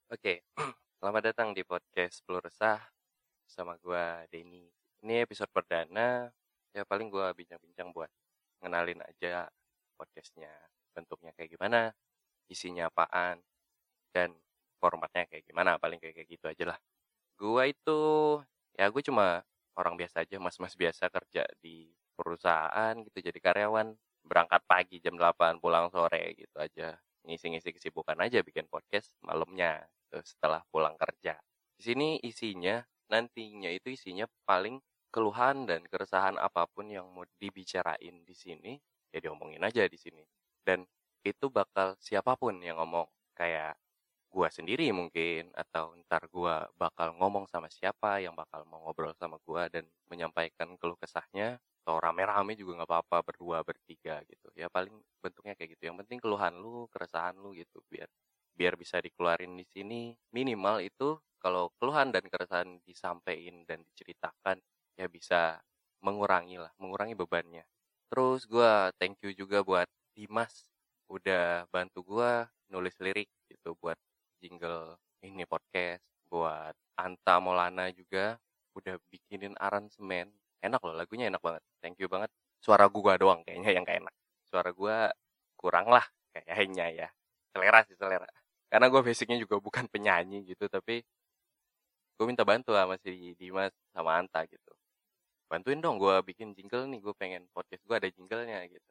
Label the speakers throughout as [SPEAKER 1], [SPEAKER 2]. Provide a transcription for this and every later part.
[SPEAKER 1] Oke, selamat datang di podcast Peluh Resah sama gua Denny. Ini episode perdana, ya paling gua bincang-bincang buat ngenalin aja podcastnya, bentuknya kayak gimana, isinya apaan, dan formatnya kayak gimana, paling kayak gitu aja lah. Gua itu, ya gue cuma orang biasa aja, mas-mas biasa kerja di perusahaan gitu, jadi karyawan, berangkat pagi jam 8, pulang sore gitu aja. Ngisi-ngisi kesibukan aja bikin podcast malamnya tuh setelah pulang kerja. Di sini nantinya itu isinya paling keluhan dan keresahan apapun yang mau dibicarain di sini, ya diomongin aja di sini. Dan itu bakal siapapun yang ngomong, kayak gua sendiri mungkin, atau ntar gua bakal ngomong sama siapa yang bakal mau ngobrol sama gua dan menyampaikan keluh kesahnya, atau rame-rame juga nggak apa-apa, berdua bertiga gitu ya, paling bentuknya kayak gitu. Yang penting keluhan lu, keresahan lu gitu, biar biar bisa dikeluarin di sini. Minimal itu kalau keluhan dan keresahan disampaikan dan diceritakan, ya bisa mengurangi bebannya. Terus gua thank you juga buat Dimas, udah bantu gua nulis lirik gitu buat jingle ini podcast, buat Anta Maulana juga udah bikinin aransemen. Enak loh, lagunya enak banget. Thank you banget. Suara gua doang kayaknya yang gak enak. Suara gua kurang lah kayaknya ya. Selera sih, selera. Karena gua basicnya juga bukan penyanyi gitu, tapi gue minta bantu sama si Dimas sama Anta gitu. Bantuin dong gua bikin jingle nih, gue pengen podcast gua ada jinglenya gitu.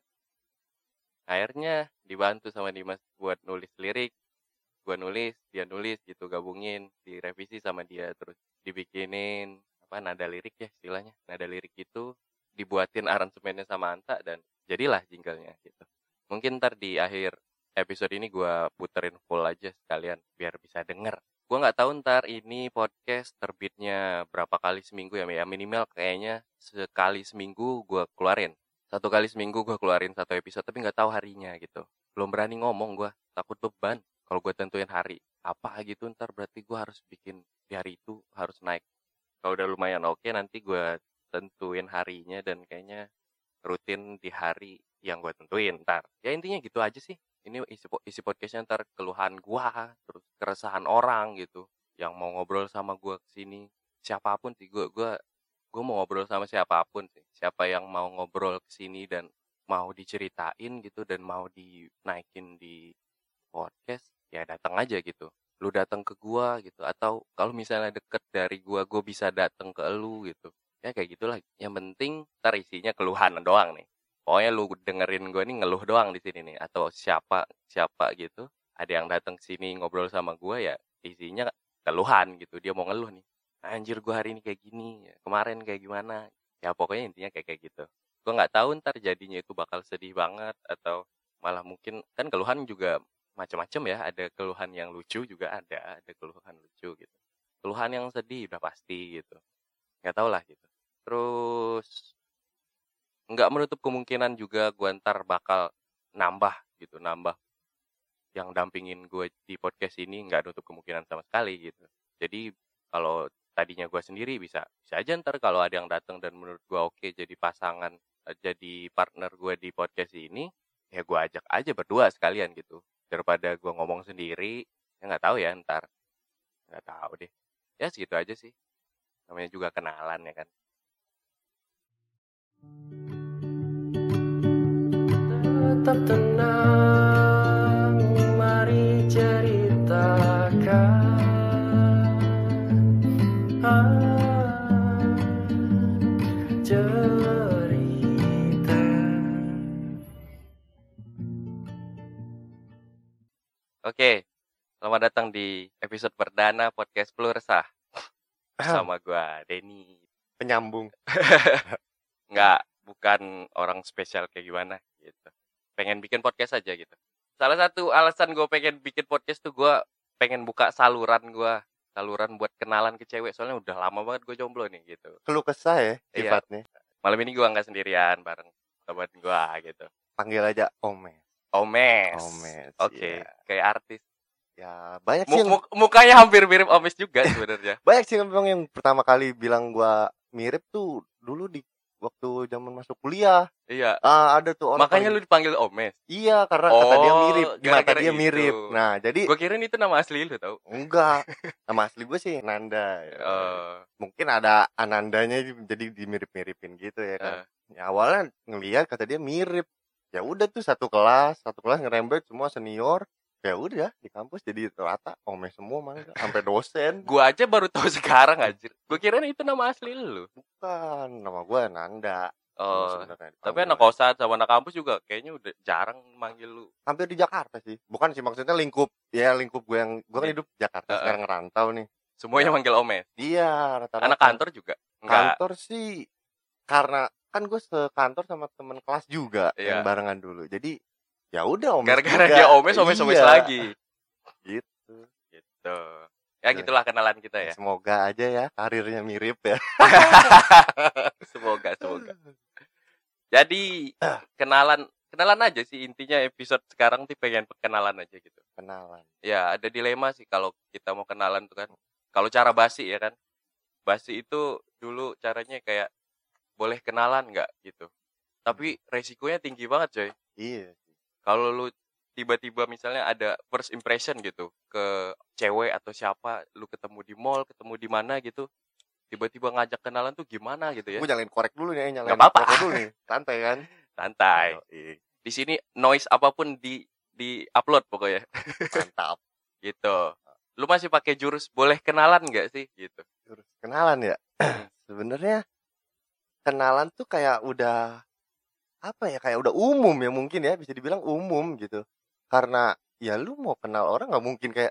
[SPEAKER 1] Akhirnya dibantu sama Dimas buat nulis lirik, gua nulis, dia nulis gitu, gabungin, direvisi sama dia, terus dibikinin apa, nada lirik ya istilahnya. Nada lirik itu dibuatin aransemennya sama Anta dan jadilah jinglenya gitu. Mungkin ntar di akhir episode ini gua puterin full aja sekalian biar bisa denger. Gua nggak tahu ntar ini podcast terbitnya berapa kali seminggu ya, minimal kayaknya sekali seminggu gua keluarin. Satu kali seminggu gua keluarin satu episode, tapi nggak tahu harinya gitu. Belum berani ngomong gua, takut beban. Kalau gue tentuin hari apa gitu, ntar berarti gue harus bikin di hari itu harus naik. Kalau udah lumayan oke, nanti gue tentuin harinya dan kayaknya rutin di hari yang gue tentuin ntar. Ya intinya gitu aja sih. Ini isi podcastnya ntar keluhan gue, terus keresahan orang gitu yang mau ngobrol sama gue kesini. Siapapun sih, gue mau ngobrol sama siapapun sih. Siapa yang mau ngobrol kesini dan mau diceritain gitu dan mau dinaikin di podcast, ya datang aja gitu. Lu datang ke gua gitu, atau kalau misalnya deket dari gua bisa datang ke lu gitu. Ya kayak gitulah. Yang penting ntar isinya keluhan doang nih. Pokoknya lu dengerin gua nih ngeluh doang di sini nih, atau siapa siapa gitu. Ada yang datang ke sini ngobrol sama gua, ya isinya keluhan gitu. Dia mau ngeluh nih. Anjir, gua hari ini kayak gini, kemarin kayak gimana. Ya pokoknya intinya kayak gitu. Gua nggak tahu ntar jadinya itu bakal sedih banget atau malah mungkin, kan keluhan juga macam-macam ya, ada keluhan yang lucu juga ada keluhan lucu gitu. Keluhan yang sedih udah pasti gitu. Nggak tahu lah gitu. Terus nggak menutup kemungkinan juga gue ntar bakal nambah gitu, nambah yang dampingin gue di podcast ini, nggak nutup kemungkinan sama sekali gitu. Jadi kalau tadinya gue sendiri bisa bisa aja ntar kalau ada yang datang dan menurut gue oke jadi pasangan, jadi partner gue di podcast ini, ya gue ajak aja berdua sekalian gitu, daripada gue ngomong sendiri. Ya nggak tahu ya ntar, nggak tahu deh. Ya segitu aja sih, namanya juga kenalan ya kan.
[SPEAKER 2] Tetap tenang, mari ceritakan cerita.
[SPEAKER 1] Oke, selamat datang di episode perdana podcast Peluh Resah bersama gue Denny.
[SPEAKER 3] Penyambung.
[SPEAKER 1] Nggak, bukan orang spesial kayak gimana gitu. Pengen bikin podcast aja gitu. Salah satu alasan gue pengen bikin podcast tuh gue pengen buka saluran buat kenalan ke cewek, soalnya udah lama banget gue jomblo nih gitu.
[SPEAKER 3] Keluh kesah ya
[SPEAKER 1] Iya.
[SPEAKER 3] sifatnya.
[SPEAKER 1] Malam ini gue nggak sendirian, bareng teman gue gitu.
[SPEAKER 3] Panggil aja Omes.
[SPEAKER 1] Omes.
[SPEAKER 3] Omes,
[SPEAKER 1] Oke,
[SPEAKER 3] iya.
[SPEAKER 1] kayak artis.
[SPEAKER 3] Ya banyak sih
[SPEAKER 1] Mukanya hampir mirip Omes juga sebenarnya.
[SPEAKER 3] banyak sih memang yang pertama kali bilang gua mirip tuh dulu di waktu zaman masuk kuliah.
[SPEAKER 1] Iya.
[SPEAKER 3] Ada tuh orang
[SPEAKER 1] Makanya
[SPEAKER 3] paling
[SPEAKER 1] lu dipanggil Omes.
[SPEAKER 3] iya, karena kata dia
[SPEAKER 1] Oh,
[SPEAKER 3] mirip, di mata
[SPEAKER 1] gara-gara
[SPEAKER 3] dia
[SPEAKER 1] itu.
[SPEAKER 3] mirip. Nah, jadi
[SPEAKER 1] Gua kirain itu nama asli lu tau.
[SPEAKER 3] enggak. Nama asli gue sih Nanda. Ya. Mungkin ada Anandanya jadi dimirip-miripin gitu ya kan. Ya awalnya ngelihat kata dia mirip. Ya udah tuh satu kelas ngerembet semua senior. Ya udah di kampus jadi rata Omes semua mangga sampai dosen.
[SPEAKER 1] Gua aja baru tahu sekarang anjir. Gua kirain itu nama asli lu.
[SPEAKER 3] Bukan, nama gue Nanda.
[SPEAKER 1] Tapi anak kosan sama anak kampus juga kayaknya udah jarang manggil lu.
[SPEAKER 3] Hampir di Jakarta sih. Bukan sih maksudnya lingkup gue yang gue kan hidup di Jakarta sekarang ngerantau nih.
[SPEAKER 1] Semuanya manggil Omes.
[SPEAKER 3] Iya, rata-rata.
[SPEAKER 1] Anak kantor juga? Enggak.
[SPEAKER 3] Kantor sih karena kan gue sekantor sama temen kelas juga yang barengan dulu. Jadi ya udah Omes.
[SPEAKER 1] Gara-gara dia Omes lagi.
[SPEAKER 3] Gitu.
[SPEAKER 1] Ya gitulah kenalan kita ya.
[SPEAKER 3] Semoga aja ya karirnya mirip ya.
[SPEAKER 1] Semoga. Jadi kenalan aja sih intinya episode sekarang tuh pengen kenalan aja gitu.
[SPEAKER 3] Kenalan.
[SPEAKER 1] Ya ada dilema sih kalau kita mau kenalan tuh kan. Kalau cara basi ya kan. Basi itu dulu caranya kayak boleh kenalan nggak gitu. Tapi resikonya tinggi banget coy.
[SPEAKER 3] Iya.
[SPEAKER 1] Kalau lu tiba-tiba misalnya ada first impression gitu ke cewek atau siapa, lu ketemu di mall, ketemu di mana gitu. Tiba-tiba ngajak kenalan tuh gimana gitu ya?
[SPEAKER 3] Gue nyalain korek dulu nih,
[SPEAKER 1] Gak apa-apa
[SPEAKER 3] dulu nih, santai kan?
[SPEAKER 1] Santai. Di sini noise apapun di upload pokoknya.
[SPEAKER 3] Mantap.
[SPEAKER 1] Gitu. Lu masih pakai jurus boleh kenalan nggak sih? Gitu.
[SPEAKER 3] Jurus kenalan ya. Sebenarnya kenalan tuh kayak udah apa ya? Kayak udah umum ya mungkin ya, bisa dibilang umum gitu. Karena ya lu mau kenal orang nggak mungkin kayak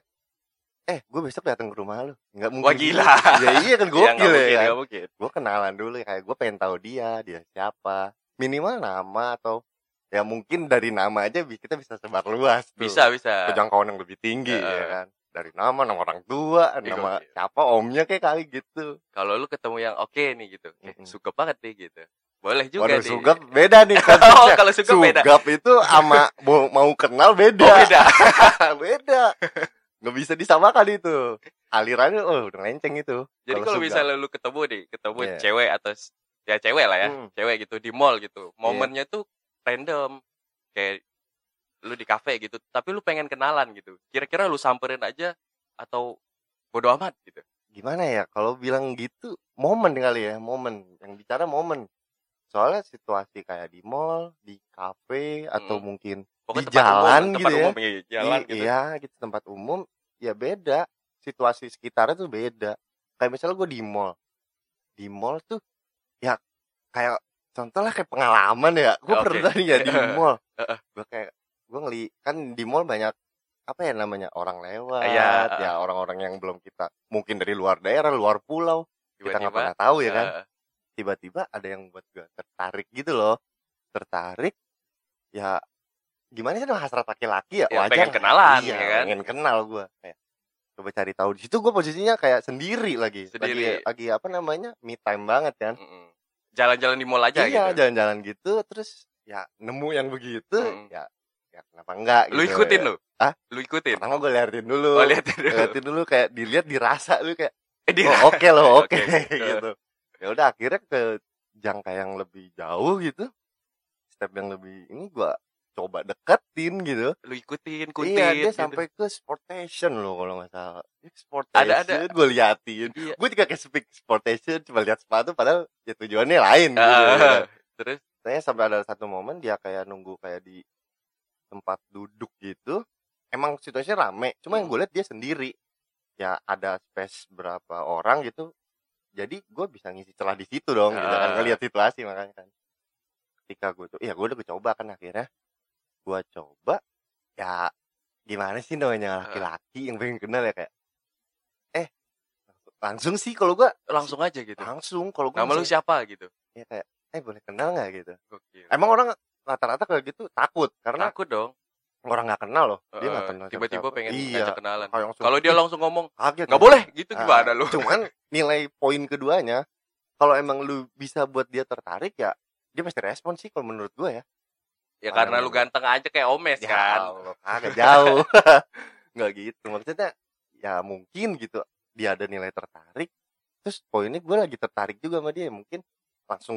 [SPEAKER 3] gue besok datang ke rumah lu. Nggak mungkin.
[SPEAKER 1] Wah gila.
[SPEAKER 3] Ya iya kan gokil ya.
[SPEAKER 1] Gak mungkin.
[SPEAKER 3] Gue kenalan dulu kayak gue pengen tahu dia siapa. Minimal nama atau ya mungkin dari nama aja kita bisa sebar luas tuh.
[SPEAKER 1] Bisa.
[SPEAKER 3] Kejangkauan yang lebih tinggi ya kan. Dari nama orang tua, nama siapa omnya kayak kali gitu.
[SPEAKER 1] Kalau lu ketemu yang oke nih gitu. Suka banget nih gitu. Boleh juga.
[SPEAKER 3] Waduh,
[SPEAKER 1] nih.
[SPEAKER 3] sugap beda nih.
[SPEAKER 1] Oh, kalau sugap beda.
[SPEAKER 3] Sugap itu sama mau kenal beda.
[SPEAKER 1] Oh, beda.
[SPEAKER 3] Beda. Nggak bisa disamakan itu. Alirannya udah lenceng itu.
[SPEAKER 1] Jadi kalau misalnya lu ketemu cewek atau ya cewek lah ya, cewek gitu di mall gitu. Momennya tuh random. Kayak lu di kafe gitu, tapi lu pengen kenalan gitu. Kira-kira lu samperin aja atau bodo amat gitu.
[SPEAKER 3] Gimana ya kalau bilang gitu, momen kali ya, momen. Yang bicara momen. Soalnya situasi kayak di mall, di kafe atau mungkin pokoknya di jalan gitu ya. Iya, gitu tempat umum ya beda. Situasi sekitarnya tuh beda. Kayak misalnya gue di mall. Di mall tuh ya kayak contohnya kayak pengalaman ya. Gue pernah nih ya di mall. Gue kan di mall banyak apa ya namanya orang lewat ya orang-orang yang belum kita mungkin dari luar daerah, luar pulau. Kita nggak pernah tahu ya kan. Tiba-tiba ada yang buat gue tertarik gitu loh. Tertarik ya gimana sih hasrat laki-laki ya wajar
[SPEAKER 1] pengen kenalan
[SPEAKER 3] ya
[SPEAKER 1] kan.
[SPEAKER 3] Pengen kenal gue kayak coba cari tahu di situ gue posisinya kayak sendiri lagi apa namanya me time banget kan.
[SPEAKER 1] Jalan-jalan di mall aja gitu.
[SPEAKER 3] Iya jalan-jalan gitu terus ya nemu yang begitu ya kenapa enggak gitu.
[SPEAKER 1] Lu ikutin
[SPEAKER 3] ya.
[SPEAKER 1] Lu? Lu ikutin?
[SPEAKER 3] Pertama gue liatin dulu. Liatin dulu kayak dilihat dirasa lu kayak oke loh oke. Gitu. Ya udah akhirnya ke jangka yang lebih jauh gitu. Step yang lebih ini gue coba deketin gitu.
[SPEAKER 1] Lu ikutin
[SPEAKER 3] iya dia
[SPEAKER 1] gitu.
[SPEAKER 3] sampai ke sportation loh kalau nggak salah. Sportation ada. Gue liatin. Iya. Gue juga ke sportation cuma lihat sepatu padahal ya tujuannya lain gitu.
[SPEAKER 1] Terus
[SPEAKER 3] saya sampai ada satu momen dia kayak nunggu kayak di tempat duduk gitu. Emang situasinya rame. Cuma yang gue lihat dia sendiri. Ya ada space berapa orang gitu. Jadi gue bisa ngisi celah di situ dong, gitu kan ngelihat situasi makanya kan. Ketika gue tuh, ya gue udah coba kan akhirnya, gue coba, ya gimana sih namanya laki-laki yang pengen kenal ya kayak, langsung sih kalau gue
[SPEAKER 1] langsung aja gitu.
[SPEAKER 3] Langsung kalau gue.
[SPEAKER 1] Nama lu siapa gitu?
[SPEAKER 3] Ya kayak, boleh kenal nggak gitu.
[SPEAKER 1] Gokil.
[SPEAKER 3] Emang orang rata-rata kayak gitu takut karena
[SPEAKER 1] takut dong.
[SPEAKER 3] Orang nggak kenal loh, dia nggak kenal.
[SPEAKER 1] Tiba-tiba pengen ngajak kenalan.
[SPEAKER 3] Kalau
[SPEAKER 1] dia langsung ngomong
[SPEAKER 3] kaget,
[SPEAKER 1] nggak boleh gitu gimana lu?
[SPEAKER 3] Cuman nilai poin keduanya, kalau emang lu bisa buat dia tertarik ya, dia pasti respon sih kalau menurut gue ya.
[SPEAKER 1] Ya karena lu ganteng aja kayak Omes kan.
[SPEAKER 3] Agak jauh. Nggak gitu, maksudnya ya mungkin gitu dia ada nilai tertarik. Terus poinnya gue lagi tertarik juga sama dia, mungkin langsung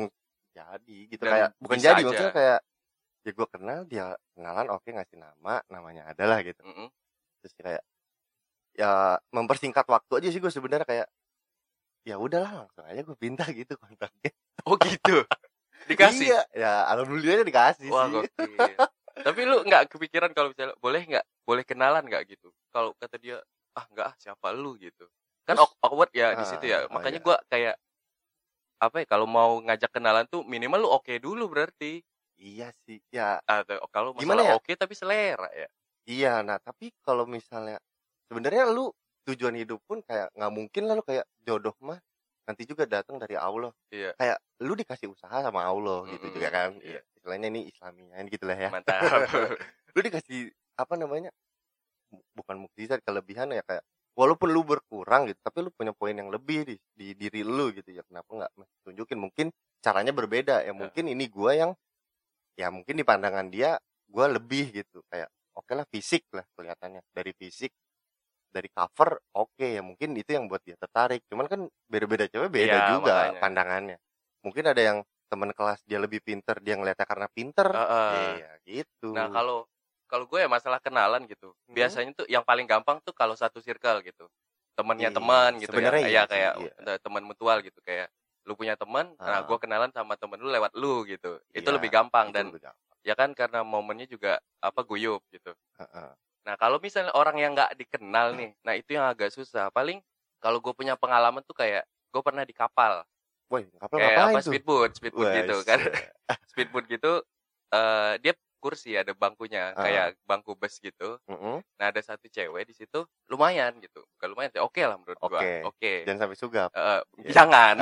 [SPEAKER 3] jadi gitu.
[SPEAKER 1] Dan
[SPEAKER 3] Kayak bukan
[SPEAKER 1] bisa
[SPEAKER 3] jadi
[SPEAKER 1] aja.
[SPEAKER 3] maksudnya kayak ya gue kenal dia kenalan, oke, ngasih namanya adalah gitu. Terus kayak ya mempersingkat waktu aja sih gue sebenarnya, kayak ya udahlah langsung aja gue minta gitu kontaknya.
[SPEAKER 1] Oh gitu. Dikasih.
[SPEAKER 3] Iya, ya alhamdulillahnya dikasih
[SPEAKER 1] Wah,
[SPEAKER 3] sih.
[SPEAKER 1] gokil. Tapi lu nggak kepikiran kalau misalnya boleh kenalan nggak gitu? Kalau kata dia nggak siapa lu gitu. Kan
[SPEAKER 3] Terus,
[SPEAKER 1] awkward ya di situ ya. Makanya
[SPEAKER 3] iya.
[SPEAKER 1] gua kayak apa ya, kalau mau ngajak kenalan tuh minimal lu oke dulu berarti.
[SPEAKER 3] Iya sih. Ya
[SPEAKER 1] Atau kalau
[SPEAKER 3] gimana
[SPEAKER 1] masalah
[SPEAKER 3] ya?
[SPEAKER 1] oke tapi selera ya.
[SPEAKER 3] Iya, nah tapi kalau misalnya sebenarnya lu tujuan hidup pun kayak nggak mungkin lah lu kayak jodoh mah nanti juga datang dari Allah.
[SPEAKER 1] Iya.
[SPEAKER 3] Kayak lu dikasih usaha sama Allah gitu juga kan.
[SPEAKER 1] Iya.
[SPEAKER 3] Istilahnya ini Islamiain gitulah ya.
[SPEAKER 1] Mantap.
[SPEAKER 3] Lu dikasih apa namanya? Bukan mukjizat, kelebihan ya, kayak walaupun lu berkurang gitu, tapi lu punya poin yang lebih di diri lu gitu ya. Kenapa nggak tunjukin? Mungkin caranya berbeda ya. Mungkin ini gua yang ya mungkin di pandangan dia gua lebih gitu. Kayak oke lah fisik lah kelihatannya. Dari fisik, dari cover oke ya, mungkin itu yang buat dia tertarik. Cuman kan beda-beda cewek beda
[SPEAKER 1] Iya,
[SPEAKER 3] juga
[SPEAKER 1] makanya.
[SPEAKER 3] pandangannya. Mungkin ada yang teman kelas dia lebih pinter, dia ngeliatnya karena pinter. Iya gitu.
[SPEAKER 1] Nah, kalau gue ya masalah kenalan gitu. Biasanya tuh yang paling gampang tuh kalau satu circle gitu. Temennya teman gitu
[SPEAKER 3] sebenarnya
[SPEAKER 1] ya.
[SPEAKER 3] iya
[SPEAKER 1] Kayak
[SPEAKER 3] sih,
[SPEAKER 1] teman mutual gitu, kayak lu punya teman, nah gue kenalan sama temen lu lewat lu gitu. Itu
[SPEAKER 3] Iya,
[SPEAKER 1] lebih gampang
[SPEAKER 3] itu
[SPEAKER 1] dan
[SPEAKER 3] lebih gampang.
[SPEAKER 1] ya kan karena momennya juga guyup gitu.
[SPEAKER 3] Heeh.
[SPEAKER 1] Nah, kalau misalnya orang yang nggak dikenal nih, nah itu yang agak susah. Paling kalau gue punya pengalaman tuh kayak gue pernah di kapal.
[SPEAKER 3] Woi, kapal
[SPEAKER 1] Kayak
[SPEAKER 3] ngapain
[SPEAKER 1] apa
[SPEAKER 3] tuh?
[SPEAKER 1] speedboat gitu kan.
[SPEAKER 3] Wes.
[SPEAKER 1] Speedboat gitu dia kursi ada bangkunya kayak bangku bus gitu. Nah, ada satu cewek di situ lumayan gitu. Bukan lumayan, oke lah menurut gua. Oke.
[SPEAKER 3] Jangan sampai sugap.
[SPEAKER 1] Jangan.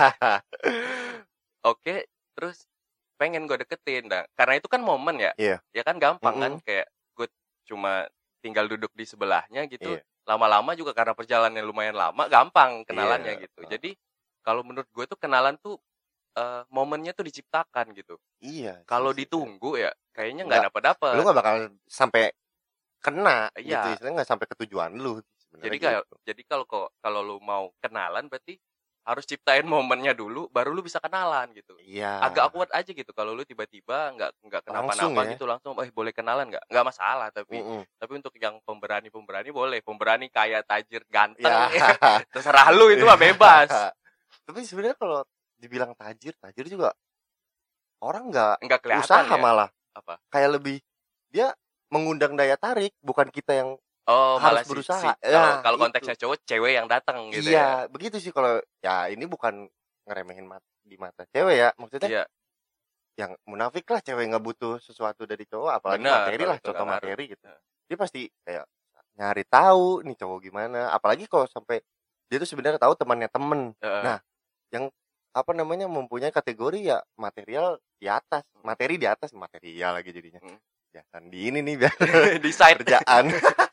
[SPEAKER 1] Oke, terus pengen gue deketin. Nah, karena itu kan momen ya.
[SPEAKER 3] Iya.
[SPEAKER 1] Ya kan gampang kan, kayak gue cuma tinggal duduk di sebelahnya gitu.
[SPEAKER 3] Iya.
[SPEAKER 1] Lama-lama juga karena perjalanannya lumayan lama, gampang kenalannya gitu. Jadi kalau menurut gue tuh kenalan tuh momennya tuh diciptakan gitu.
[SPEAKER 3] Iya.
[SPEAKER 1] Kalau ditunggu ya kayaknya nggak dapat.
[SPEAKER 3] Lu nggak bakal sampai kena gitu,
[SPEAKER 1] Iya.
[SPEAKER 3] istilahnya nggak sampai ke tujuan lu.
[SPEAKER 1] Jadi kalau lu mau kenalan berarti harus ciptain momennya dulu, baru lu bisa kenalan gitu.
[SPEAKER 3] Iya.
[SPEAKER 1] Agak awkward aja gitu kalau lu tiba-tiba nggak kenapa-napa
[SPEAKER 3] ya?
[SPEAKER 1] gitu langsung, boleh kenalan nggak? Nggak masalah tapi untuk yang pemberani boleh, pemberani kaya tajir ganteng,
[SPEAKER 3] Ya.
[SPEAKER 1] terserah lu itu mah bebas.
[SPEAKER 3] Tapi sebenarnya kalau dibilang tajir juga orang nggak
[SPEAKER 1] Kelihatan
[SPEAKER 3] usaha
[SPEAKER 1] ya.
[SPEAKER 3] malah.
[SPEAKER 1] Apa?
[SPEAKER 3] Kayak lebih dia mengundang daya tarik, bukan kita yang
[SPEAKER 1] Malah
[SPEAKER 3] harus berusaha.
[SPEAKER 1] Kalau konteksnya cowok, cewek yang datang gitu ya.
[SPEAKER 3] Iya, begitu sih kalau ya ini bukan ngeremehin di mata cewek ya, maksudnya
[SPEAKER 1] Iya.
[SPEAKER 3] yang munafik lah cewek nggak butuh sesuatu dari cowok, apalagi
[SPEAKER 1] Benar,
[SPEAKER 3] materi
[SPEAKER 1] kalau
[SPEAKER 3] lah,
[SPEAKER 1] itu
[SPEAKER 3] contoh
[SPEAKER 1] nggak
[SPEAKER 3] materi gitu.
[SPEAKER 1] Nah.
[SPEAKER 3] Dia pasti kayak nyari tahu nih cowok gimana, apalagi kalau sampai dia tuh sebenarnya tahu temannya temen. Nah, yang apa namanya mempunyai kategori ya material di atas, material lagi jadinya. Jangan di ini nih biar
[SPEAKER 1] di side
[SPEAKER 3] kerjaan.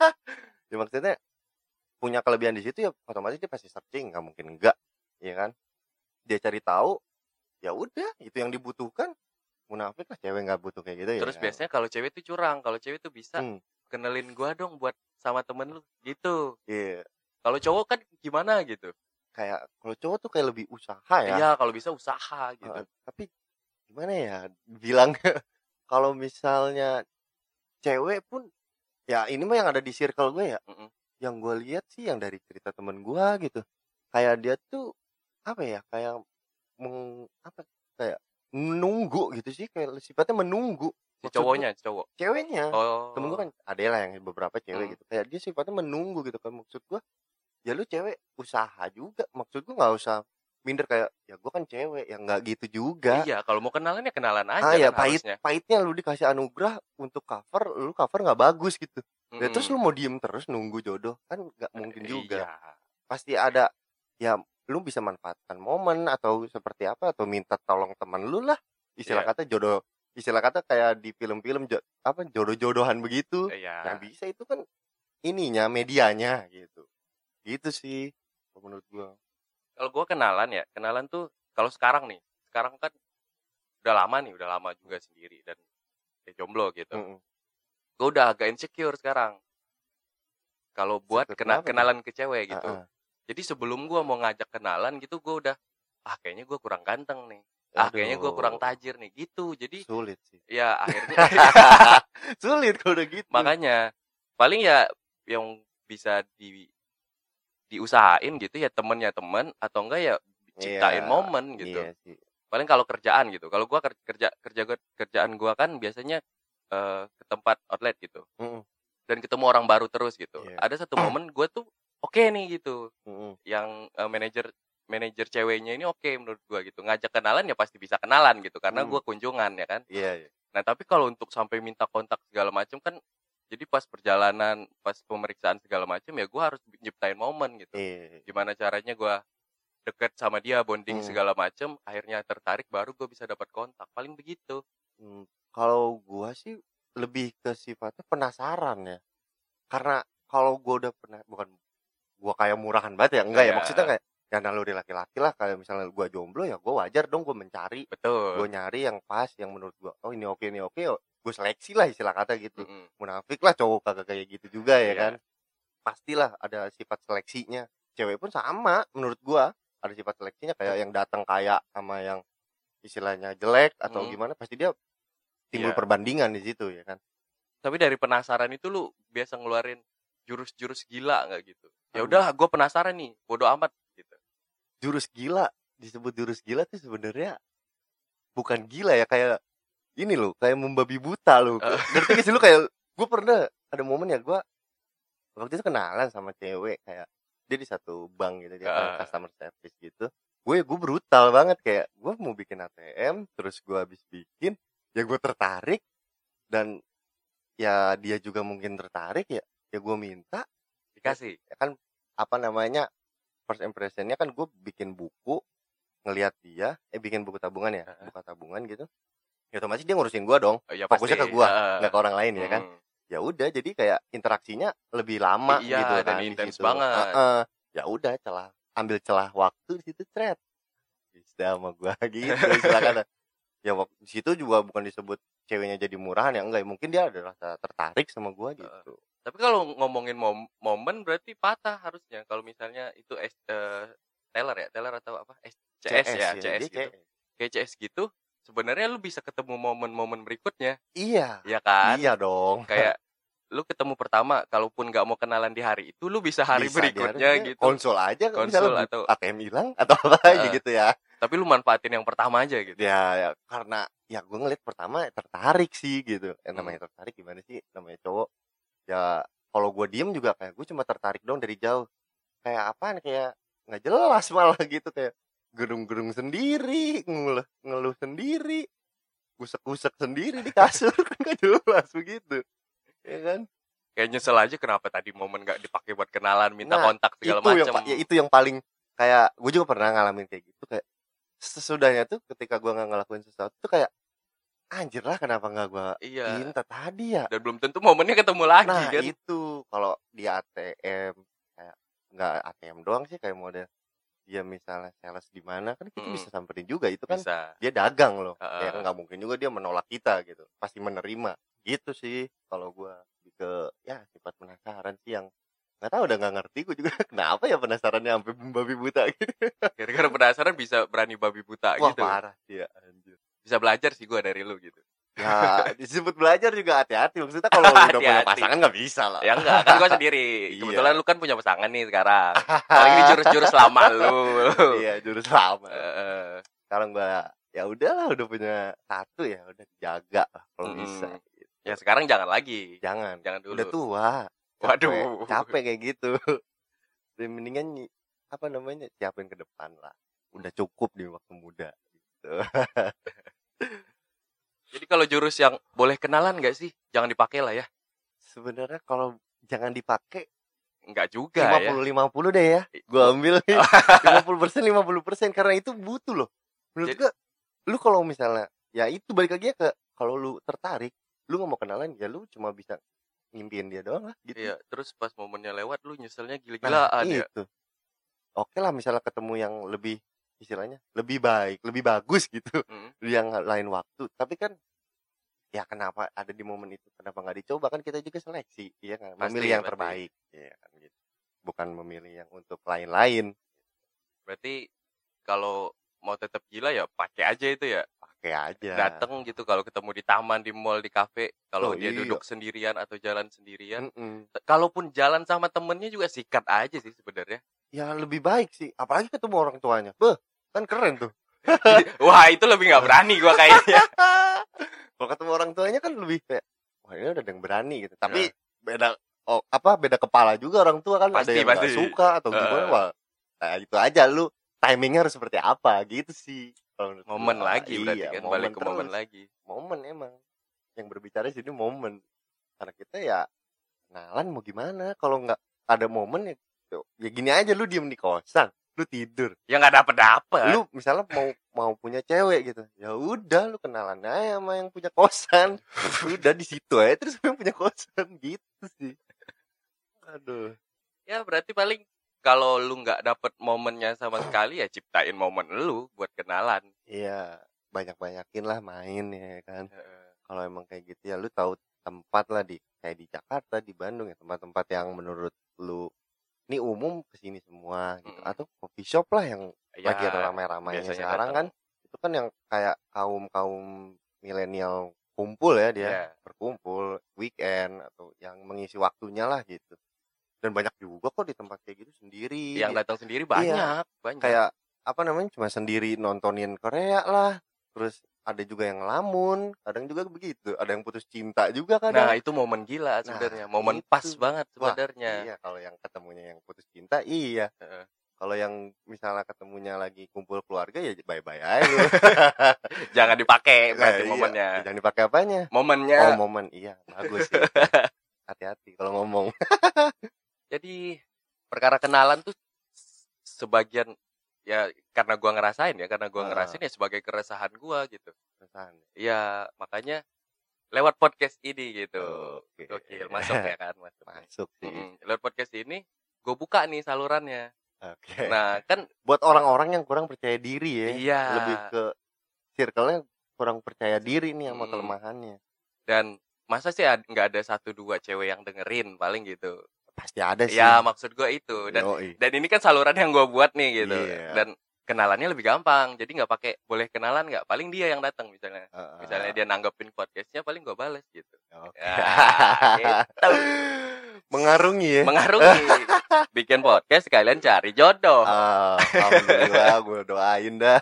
[SPEAKER 3] Ya maksudnya punya kelebihan di situ ya otomatis dia pasti searching, nggak mungkin enggak, ya kan? Dia cari tahu, ya udah itu yang dibutuhkan. Munafik lah cewek nggak butuh kayak gitu ya.
[SPEAKER 1] Terus biasanya kalau cewek tuh curang, kalau cewek tuh bisa kenalin gua dong buat sama temen lu gitu.
[SPEAKER 3] Iya.
[SPEAKER 1] Kalau cowok kan gimana gitu?
[SPEAKER 3] Kayak kalau cowok tuh kayak lebih usaha ya.
[SPEAKER 1] Iya, kalau bisa usaha gitu.
[SPEAKER 3] Tapi gimana ya bilang kalau misalnya cewek pun ya ini mah yang ada di circle gue ya. Yang gue lihat sih yang dari cerita temen gue gitu. Kayak dia tuh apa ya? Kayak kayak menunggu gitu sih, kayak sifatnya menunggu.
[SPEAKER 1] Cowoknya,
[SPEAKER 3] ceweknya.
[SPEAKER 1] Oh.
[SPEAKER 3] Temen gue kan ada lah yang beberapa cewek gitu. Kayak dia sifatnya menunggu gitu kan. Maksud gue ya lu cewek usaha juga. Maksud gue nggak usah minder kayak ya gue kan cewek, ya nggak gitu juga.
[SPEAKER 1] Iya, kalau mau kenalan ya kenalan aja
[SPEAKER 3] ya
[SPEAKER 1] kan harusnya.
[SPEAKER 3] pahitnya lu dikasih anugerah untuk cover, lu cover nggak bagus gitu. Ya terus lu mau diem terus nunggu jodoh kan nggak mungkin juga.
[SPEAKER 1] Iya.
[SPEAKER 3] Pasti ada ya lu bisa manfaatkan momen atau seperti apa, atau minta tolong teman lu lah. Istilah kata jodoh, istilah kata kayak di film-film jodoh-jodohan begitu. Yang bisa itu kan ininya, medianya gitu. Gitu sih menurut gua.
[SPEAKER 1] Kalau gue kenalan tuh kalau sekarang kan udah lama juga sendiri dan jomblo gitu. Gue udah agak insecure sekarang kalau buat kenalan ke cewek gitu. Jadi sebelum gue mau ngajak kenalan gitu, gue udah kayaknya gue kurang ganteng nih. kayaknya gue kurang
[SPEAKER 3] Aduh,
[SPEAKER 1] tajir nih gitu. Jadi
[SPEAKER 3] sulit sih.
[SPEAKER 1] ya akhirnya
[SPEAKER 3] Sulit kalau udah gitu.
[SPEAKER 1] makanya paling ya yang bisa diusahain gitu ya temennya temen, atau enggak ya ciptain
[SPEAKER 3] Iya,
[SPEAKER 1] momen gitu.
[SPEAKER 3] iya sih.
[SPEAKER 1] Paling kalau kerjaan gitu, kalau gua kerjaan gua kan biasanya ke tempat outlet gitu
[SPEAKER 3] Mhm,
[SPEAKER 1] dan ketemu orang baru terus gitu.
[SPEAKER 3] iya.
[SPEAKER 1] Ada satu momen gua tuh oke nih gitu,
[SPEAKER 3] Mhm,
[SPEAKER 1] yang manajer manajer ceweknya ini oke menurut gua gitu, ngajak kenalan ya pasti bisa kenalan gitu karena gua kunjungan ya kan.
[SPEAKER 3] iya, iya.
[SPEAKER 1] Nah tapi kalau untuk sampai minta kontak segala macam kan, jadi pas perjalanan, pas pemeriksaan segala macam ya gua harus nyiptain momen gitu.
[SPEAKER 3] Iya.
[SPEAKER 1] Gimana caranya gua deket sama dia, bonding
[SPEAKER 3] Mhm.
[SPEAKER 1] segala macem, akhirnya tertarik, baru gue bisa dapat kontak, paling begitu.
[SPEAKER 3] Kalau gua sih lebih ke sifatnya penasaran ya. Karena kalau gua udah pernah, bukan gua kayak murahan banget ya, enggak ya, maksudnya
[SPEAKER 1] Iya,
[SPEAKER 3] kayak ya naluri laki-laki lah, kayak misalnya gua jomblo ya gua wajar dong gua mencari, gua
[SPEAKER 1] betul.
[SPEAKER 3] nyari yang pas, yang menurut gua oh ini oke, gua seleksi lah istilah kata gitu.
[SPEAKER 1] Mhm,
[SPEAKER 3] Munafik lah cowok kagak kayak gitu juga ya
[SPEAKER 1] iya,
[SPEAKER 3] kan. Pastilah ada sifat seleksinya. Cewek pun sama menurut gua, ada sifat seleksinya kayak yang datang kaya sama yang istilahnya jelek atau
[SPEAKER 1] mhm,
[SPEAKER 3] gimana, pasti dia timbul
[SPEAKER 1] iya.
[SPEAKER 3] perbandingan di situ ya kan.
[SPEAKER 1] Tapi dari penasaran itu lu biasa ngeluarin jurus-jurus gila nggak gitu? Ya
[SPEAKER 3] Aduh,
[SPEAKER 1] udahlah, gue penasaran nih, bodo amat gitu.
[SPEAKER 3] jurus gila, disebut jurus gila tuh sebenarnya bukan gila ya, kayak ini loh, kayak membabi buta loh.
[SPEAKER 1] Heeh,
[SPEAKER 3] Ngerti gak sih lu, kayak gue pernah ada momen ya, gue waktu itu kenalan sama cewek, kayak dia di satu bank gitu, dia kayak
[SPEAKER 1] heeh,
[SPEAKER 3] customer service gitu. Gue brutal banget, kayak gue mau bikin ATM, terus gue habis bikin, ya gue tertarik, dan ya dia juga mungkin tertarik, ya gue minta. Ya,
[SPEAKER 1] dikasih.
[SPEAKER 3] ya kan apa namanya, first impressionnya kan gue bikin buku, ngelihat dia, bikin buku tabungan ya,
[SPEAKER 1] Heeh.
[SPEAKER 3] buka tabungan gitu. Ya otomatis dia ngurusin gua dong,
[SPEAKER 1] Oh, iya
[SPEAKER 3] fokusnya ke
[SPEAKER 1] pasti,
[SPEAKER 3] gua,
[SPEAKER 1] heeh,
[SPEAKER 3] nggak ke orang lain ya kan.
[SPEAKER 1] mhm.
[SPEAKER 3] Ya udah, jadi kayak interaksinya lebih lama gitu
[SPEAKER 1] Iya, dan
[SPEAKER 3] kan di
[SPEAKER 1] intens
[SPEAKER 3] situ.
[SPEAKER 1] banget.
[SPEAKER 3] Heeh. Ya udah, ambil celah waktu di situ, bisa sama gua gitu silakan. Ya di situ juga bukan disebut ceweknya jadi murahan ya, enggak, mungkin dia ada rasa tertarik sama gua
[SPEAKER 1] Heeh.
[SPEAKER 3] gitu.
[SPEAKER 1] Tapi kalau ngomongin momen berarti patah harusnya kalau misalnya itu teller ya? Teller atau apa? CS
[SPEAKER 3] CS
[SPEAKER 1] ya,
[SPEAKER 3] ya,
[SPEAKER 1] CS
[SPEAKER 3] dia
[SPEAKER 1] gitu.
[SPEAKER 3] CS.
[SPEAKER 1] Kayak CS gitu, sebenarnya lu bisa ketemu momen-momen berikutnya,
[SPEAKER 3] Iya,
[SPEAKER 1] ya kan?
[SPEAKER 3] iya dong.
[SPEAKER 1] Kayak lu ketemu pertama, kalaupun nggak mau kenalan di hari itu, lu bisa hari
[SPEAKER 3] Bisa di hari
[SPEAKER 1] berikutnya
[SPEAKER 3] ini
[SPEAKER 1] gitu,
[SPEAKER 3] konsol aja misalnya
[SPEAKER 1] konsul atau
[SPEAKER 3] ATM hilang atau apa aja
[SPEAKER 1] heeh,
[SPEAKER 3] gitu ya.
[SPEAKER 1] tapi lu manfaatin yang pertama aja gitu.
[SPEAKER 3] Ya karena ya gue ngeliat pertama tertarik sih gitu.
[SPEAKER 1] Mhm,
[SPEAKER 3] Namanya tertarik gimana sih, namanya cowok. Ya kalau gue diem juga kayak gue cuma tertarik dong dari jauh. Kayak apaan, kayak nggak jelas malah gitu, kayak gerung-gerung sendiri, ngeluh sendiri, gusek-gusek sendiri di kasur kan gak jelas begitu. Ya kan?
[SPEAKER 1] kayak nyesel aja kenapa tadi momen nggak dipakai buat kenalan, minta
[SPEAKER 3] Nah,
[SPEAKER 1] kontak segala
[SPEAKER 3] itu yang
[SPEAKER 1] macem.
[SPEAKER 3] itu yang paling kayak gue juga pernah ngalamin kayak gitu, kayak sesudahnya tuh ketika gue nggak ngelakuin sesuatu tuh kayak anjir lah, kenapa nggak gue
[SPEAKER 1] Iya,
[SPEAKER 3] minta tadi ya.
[SPEAKER 1] dan belum tentu momennya ketemu lagi
[SPEAKER 3] Nah
[SPEAKER 1] kan.
[SPEAKER 3] itu kalau di ATM, kayak nggak ATM doang sih, kayak model dia misalnya sales di mana kan kita
[SPEAKER 1] Mhm,
[SPEAKER 3] bisa samperin juga, itu kan
[SPEAKER 1] bisa,
[SPEAKER 3] dia dagang loh, ya
[SPEAKER 1] heeh.
[SPEAKER 3] nggak mungkin juga dia menolak kita gitu, pasti menerima gitu sih. Kalau gue lebih ke ya sifat penasaran sih, yang nggak tahu, udah nggak ngerti gue juga kenapa ya penasarannya sampai membabi buta gitu.
[SPEAKER 1] Gara-gara penasaran bisa berani babi buta
[SPEAKER 3] Wah
[SPEAKER 1] gitu.
[SPEAKER 3] parah sih ya, anjir.
[SPEAKER 1] Bisa belajar sih gua dari lu gitu.
[SPEAKER 3] Ya disebut belajar juga hati-hati, maksudnya kalau lu udah punya
[SPEAKER 1] Hati-hati.
[SPEAKER 3] pasangan nggak bisa lah.
[SPEAKER 1] Ya enggak, kan gua sendiri.
[SPEAKER 3] Iya.
[SPEAKER 1] Kebetulan lu kan punya pasangan nih sekarang. Paling ini jurus-jurus lama lu.
[SPEAKER 3] Iya, jurus lama.
[SPEAKER 1] Heeh.
[SPEAKER 3] Sekarang gua ya udahlah, udah punya satu ya udah jaga lah kalau bisa
[SPEAKER 1] Mhm.
[SPEAKER 3] gitu.
[SPEAKER 1] Ya sekarang jangan lagi.
[SPEAKER 3] Jangan
[SPEAKER 1] Jangan
[SPEAKER 3] udah
[SPEAKER 1] dulu.
[SPEAKER 3] tua,
[SPEAKER 1] Waduh.
[SPEAKER 3] capek kayak gitu. Dan mendingan apa namanya, siapin ke depan lah, udah cukup di waktu muda gitu.
[SPEAKER 1] Jadi kalau jurus yang boleh kenalan enggak sih? Jangan dipakai lah ya.
[SPEAKER 3] Sebenarnya kalau jangan dipakai
[SPEAKER 1] Enggak juga ya.
[SPEAKER 3] 50-50 deh ya, gua ambil nih. 50% karena itu butuh loh menurut
[SPEAKER 1] Jadi
[SPEAKER 3] gua. Lu kalau misalnya ya itu balik lagi ya ke, kalau lu tertarik, lu nggak mau kenalan, ya lu cuma bisa ngimpiin dia doang lah gitu.
[SPEAKER 1] iya, terus pas momennya lewat lu nyeselnya
[SPEAKER 3] Nah
[SPEAKER 1] gila-gilaan ya.
[SPEAKER 3] itu oke lah, misalnya ketemu yang lebih istilahnya lebih baik, lebih bagus gitu
[SPEAKER 1] Mhm.
[SPEAKER 3] di yang lain waktu, tapi kan ya kenapa ada di momen itu, kenapa nggak dicoba, kan kita juga seleksi ya kan,
[SPEAKER 1] Pasti,
[SPEAKER 3] memilih yang
[SPEAKER 1] pasti.
[SPEAKER 3] terbaik ya kan gitu, bukan memilih yang untuk lain-lain.
[SPEAKER 1] Berarti kalau mau tetap gila ya pakai aja itu ya.
[SPEAKER 3] Pakai aja.
[SPEAKER 1] Dateng gitu kalau ketemu di taman, di mall, di kafe, kalau
[SPEAKER 3] Oh,
[SPEAKER 1] dia
[SPEAKER 3] iya.
[SPEAKER 1] duduk sendirian atau jalan sendirian,
[SPEAKER 3] Mm-mm.
[SPEAKER 1] kalaupun jalan sama temennya juga sikat aja sih sebenarnya.
[SPEAKER 3] Ya lebih baik sih, apalagi ketemu orang tuanya. Beh, kan keren tuh.
[SPEAKER 1] Wah, itu lebih nggak berani gua kayaknya.
[SPEAKER 3] Kalau ketemu orang tuanya kan lebih kayak, wah ini udah ada yang berani gitu. Tapi
[SPEAKER 1] Heeh.
[SPEAKER 3] beda kepala juga orang tua kan. Ada
[SPEAKER 1] Pasti,
[SPEAKER 3] yang nggak
[SPEAKER 1] pasti.
[SPEAKER 3] suka atau gimana. Wah, nah itu aja lu timingnya harus seperti apa gitu sih. Kalau menurut
[SPEAKER 1] Momen
[SPEAKER 3] gua.
[SPEAKER 1] lagi berarti
[SPEAKER 3] Iya,
[SPEAKER 1] kan, balik ke momen
[SPEAKER 3] terus.
[SPEAKER 1] lagi.
[SPEAKER 3] Momen emang. Yang berbicara di sini momen. Karena kita ya kenalan mau gimana. Kalau nggak ada momen ya gini aja, lu diem di kosan, lu tidur.
[SPEAKER 1] Ya nggak dapet.
[SPEAKER 3] Lu misalnya mau punya cewek gitu, ya udah lu kenalan aja sama yang punya kosan. Udah di situ aja terus yang punya kosan gitu sih. Aduh.
[SPEAKER 1] Ya berarti paling kalau lu nggak dapet momennya sama sekali ya ciptain momen lu buat kenalan.
[SPEAKER 3] Iya, banyak-banyakin lah main ya kan.
[SPEAKER 1] Heeh.
[SPEAKER 3] Kalau emang kayak gitu ya lu tahu tempat lah kayak di Jakarta, di Bandung ya, tempat-tempat yang menurut lu ini umum kesini semua gitu. Atau coffee shop lah yang
[SPEAKER 1] Ya,
[SPEAKER 3] lagi ramai-ramainya
[SPEAKER 1] biasanya
[SPEAKER 3] sekarang kan. Itu kan yang kayak kaum milenial kumpul ya dia,
[SPEAKER 1] Iya.
[SPEAKER 3] berkumpul weekend atau yang mengisi waktunya lah gitu. Dan banyak juga kok di tempat kayak gitu sendiri.
[SPEAKER 1] Yang datang sendiri banyak.
[SPEAKER 3] Kayak apa namanya, cuma sendiri nontonin Korea lah. Terus ada juga yang ngelamun, kadang juga begitu. Ada yang putus cinta juga kadang.
[SPEAKER 1] Nah, itu momen gila sebenarnya. Momen
[SPEAKER 3] itu.
[SPEAKER 1] pas banget
[SPEAKER 3] Wah,
[SPEAKER 1] sebenarnya.
[SPEAKER 3] iya, kalau yang ketemunya yang putus cinta iya.
[SPEAKER 1] Heeh.
[SPEAKER 3] Kalau yang misalnya ketemunya lagi kumpul keluarga ya bye-bye aja lu.
[SPEAKER 1] Jangan dipakai berarti
[SPEAKER 3] Iya,
[SPEAKER 1] momennya.
[SPEAKER 3] jangan dipakai apanya?
[SPEAKER 1] Momennya.
[SPEAKER 3] Oh, momen. Iya, bagus sih. Hati-hati kalau ngomong.
[SPEAKER 1] Jadi perkara kenalan tuh sebagian ya karena gua ngerasain ya, ngerasain ya sebagai keresahan gua gitu.
[SPEAKER 3] Keresahan.
[SPEAKER 1] Iya, makanya lewat podcast ini gitu.
[SPEAKER 3] Oke.
[SPEAKER 1] Gokil, masuk ya kan,
[SPEAKER 3] Masuk sih.
[SPEAKER 1] Lewat podcast ini gue buka nih salurannya.
[SPEAKER 3] Oke.
[SPEAKER 1] Nah, kan
[SPEAKER 3] buat orang-orang yang kurang percaya diri ya.
[SPEAKER 1] Iya.
[SPEAKER 3] Lebih ke circle-nya kurang percaya diri nih sama kelemahannya.
[SPEAKER 1] Dan masa sih nggak ada 1-2 cewek yang dengerin paling gitu.
[SPEAKER 3] Pasti ada sih.
[SPEAKER 1] Ya, maksud gue itu.
[SPEAKER 3] Yoi.
[SPEAKER 1] Dan ini kan saluran yang gue buat nih gitu.
[SPEAKER 3] Iya.
[SPEAKER 1] Dan kenalannya lebih gampang. Jadi nggak pakai boleh kenalan nggak. Paling dia yang datang misalnya. Misalnya dia nanggepin podcastnya, paling gue bales gitu.
[SPEAKER 3] Oke.
[SPEAKER 1] Ya, gitu.
[SPEAKER 3] Mengarungi ya.
[SPEAKER 1] Mengarungi. Bikin podcast kalian cari jodoh.
[SPEAKER 3] Alhamdulillah, gue doain dah.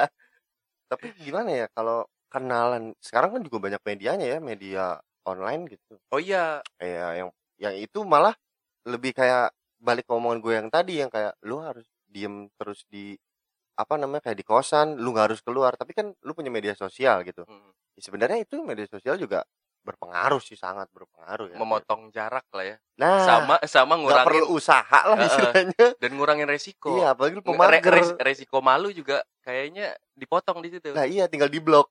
[SPEAKER 3] Tapi gimana ya kalau kenalan sekarang kan juga banyak medianya ya, media online gitu.
[SPEAKER 1] Oh iya.
[SPEAKER 3] Kayak yang itu malah lebih kayak balik ke omongan gue yang tadi, yang kayak lu harus diem terus di apa namanya, kayak di kosan, lu nggak harus keluar, tapi kan lu punya media sosial gitu. Ya, sebenarnya itu media sosial juga berpengaruh sih, sangat berpengaruh ya.
[SPEAKER 1] Memotong jarak lah ya.
[SPEAKER 3] Nah,
[SPEAKER 1] sama ngurangin.
[SPEAKER 3] Nggak perlu usaha lah istilahnya.
[SPEAKER 1] Dan ngurangin resiko.
[SPEAKER 3] Iya, apalagi lu pemager.
[SPEAKER 1] Resiko malu juga kayaknya dipotong di situ.
[SPEAKER 3] Nah iya, tinggal di blok.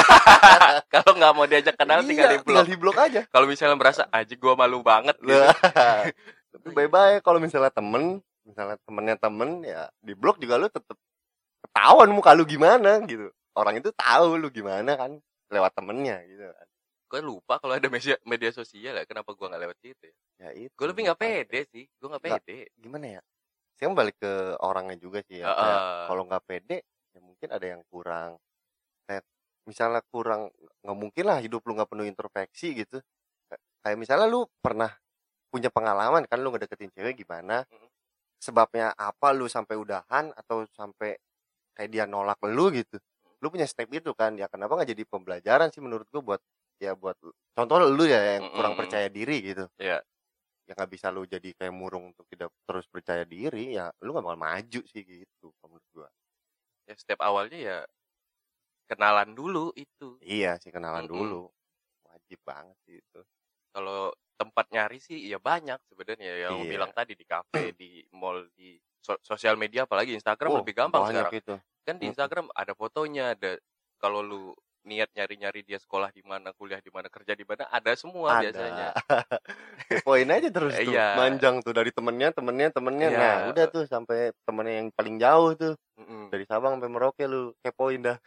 [SPEAKER 1] Kalau nggak mau diajak kenal tinggal di blok.
[SPEAKER 3] Tinggal di blok aja.
[SPEAKER 1] Kalau misalnya merasa aja gue malu banget gitu.
[SPEAKER 3] Tapi bye-bye kalau misalnya temennya temen ya di blok juga lu tetep ketahuan muka lu gimana gitu. Orang itu tahu lu gimana kan lewat temennya gitu kan.
[SPEAKER 1] Gue lupa kalau ada media sosial ya, kenapa gue nggak lewat situ
[SPEAKER 3] ya itu
[SPEAKER 1] gue lebih nggak pede sih, gue nggak pede.
[SPEAKER 3] Gimana ya, sekarang balik ke orangnya juga sih ya. Kalau nggak pede ya mungkin ada yang kurang, kayak misalnya kurang, nggak mungkin lah hidup lu nggak penuh introspeksi gitu. Kayak misalnya lu pernah punya pengalaman kan, lu ngedeketin cewek gimana, sebabnya apa lu sampai udahan atau sampai kayak dia nolak lu gitu. Lu punya step itu kan ya, kenapa nggak jadi pembelajaran sih menurut gua buat contoh lu ya yang kurang percaya diri gitu.
[SPEAKER 1] Iya.
[SPEAKER 3] Ya nggak bisa lu jadi kayak murung untuk tidak terus percaya diri, ya lu nggak bakal maju sih gitu menurut gua.
[SPEAKER 1] Ya step awalnya ya kenalan dulu itu.
[SPEAKER 3] Iya sih, kenalan dulu wajib banget sih itu.
[SPEAKER 1] Kalau tempat nyari sih ya banyak sebenarnya, yang bilang tadi di kafe, di mall, di sosial media, apalagi Instagram lebih gampang sekarang.
[SPEAKER 3] Itu.
[SPEAKER 1] Kan di Instagram ada fotonya, ada kalau lu niat nyari-nyari dia sekolah di mana, kuliah di mana, kerja di mana, ada semua biasanya.
[SPEAKER 3] Poin aja terus tuh,
[SPEAKER 1] Iya.
[SPEAKER 3] manjang tuh dari temennya.
[SPEAKER 1] Iya.
[SPEAKER 3] Nah udah tuh sampai temennya yang paling jauh tuh, dari Sabang sampai Merauke lu kepoin dah.